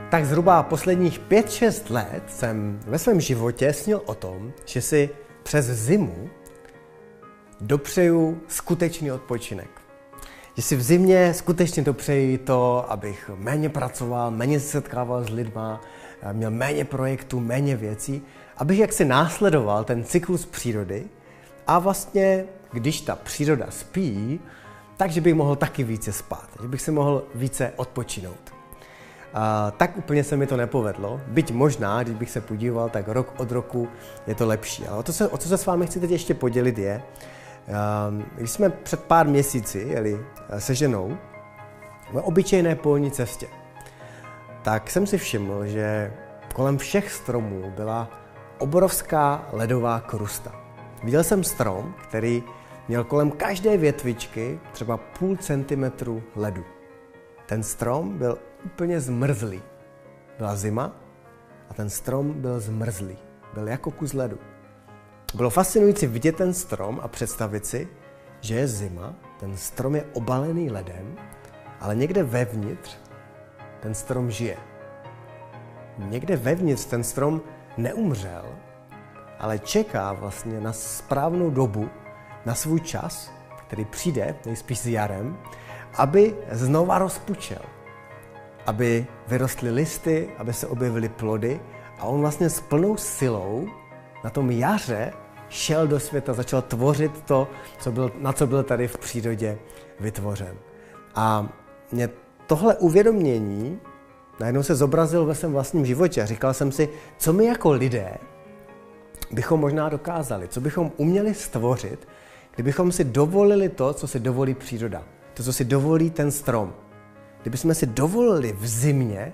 Tak zhruba posledních 5-6 let jsem ve svém životě snil o tom, že si přes zimu dopřeju skutečný odpočinek. Že si v zimě skutečně dopřeji to, abych méně pracoval, méně se setkával s lidma, měl méně projektů, méně věcí, abych jaksi následoval ten cyklus přírody a vlastně, když ta příroda spí, takže bych mohl taky více spát, že bych si mohl více odpočinout. Tak úplně se mi to nepovedlo, byť možná, když bych se podíval, tak rok od roku je to lepší. Ale o co se s vámi chci teď ještě podělit je, když jsme před pár měsíci jeli se ženou na obyčejné polní cestě, tak jsem si všiml, že kolem všech stromů byla obrovská ledová krusta. Viděl jsem strom, který měl kolem každé větvičky třeba půl centimetru ledu. Ten strom byl úplně zmrzlý. Byla zima a ten strom byl zmrzlý. Byl jako kus ledu. Bylo fascinující vidět ten strom a představit si, že je zima, ten strom je obalený ledem, ale někde vevnitř ten strom žije. Někde vevnitř ten strom neumřel, ale čeká vlastně na správnou dobu, na svůj čas, který přijde nejspíš s jarem, aby znova rozpučel, aby vyrostly listy, aby se objevily plody a on vlastně s plnou silou na tom jaře šel do světa, začal tvořit to, na co byl tady v přírodě vytvořen. A mě tohle uvědomění najednou se zobrazil ve svém vlastním životě a říkal jsem si, co my jako lidé bychom možná dokázali, co bychom uměli stvořit, kdybychom si dovolili to, co si dovolí příroda, to, co si dovolí ten strom. Kdybychom si dovolili v zimě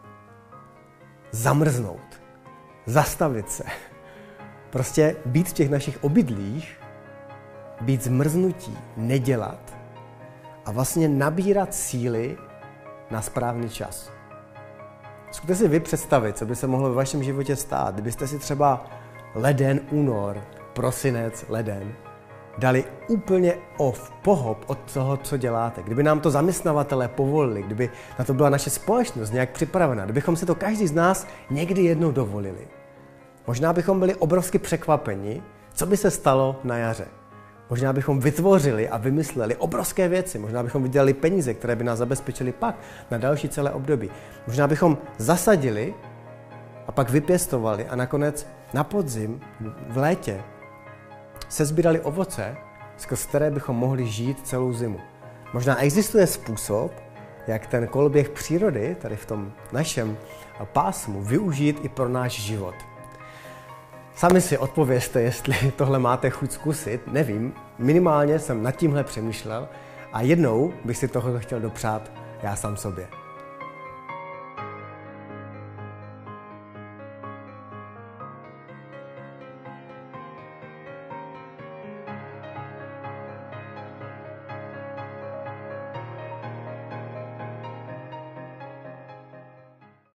zamrznout, zastavit se, prostě být v těch našich obydlích, být zmrznutí, nedělat a vlastně nabírat síly na správný čas. Zkuste si vy představit, co by se mohlo ve vašem životě stát, kdybyste si třeba leden, únor, prosinec, leden dali úplně pohop od toho, co děláte. Kdyby nám to zaměstnavatelé povolili, kdyby na to byla naše společnost nějak připravena, kdybychom si to každý z nás někdy jednou dovolili. Možná bychom byli obrovsky překvapeni, co by se stalo na jaře. Možná bychom vytvořili a vymysleli obrovské věci. Možná bychom vydělali peníze, které by nás zabezpečily pak na další celé období. Možná bychom zasadili a pak vypěstovali a nakonec na podzim, v létě, sesbírali ovoce, skrz které bychom mohli žít celou zimu. Možná existuje způsob, jak ten koloběh přírody, tady v tom našem pásmu, využít i pro náš život. Sami si odpovězte, jestli tohle máte chuť zkusit, nevím, minimálně jsem nad tímhle přemýšlel a jednou bych si tohle chtěl dopřát já sám sobě.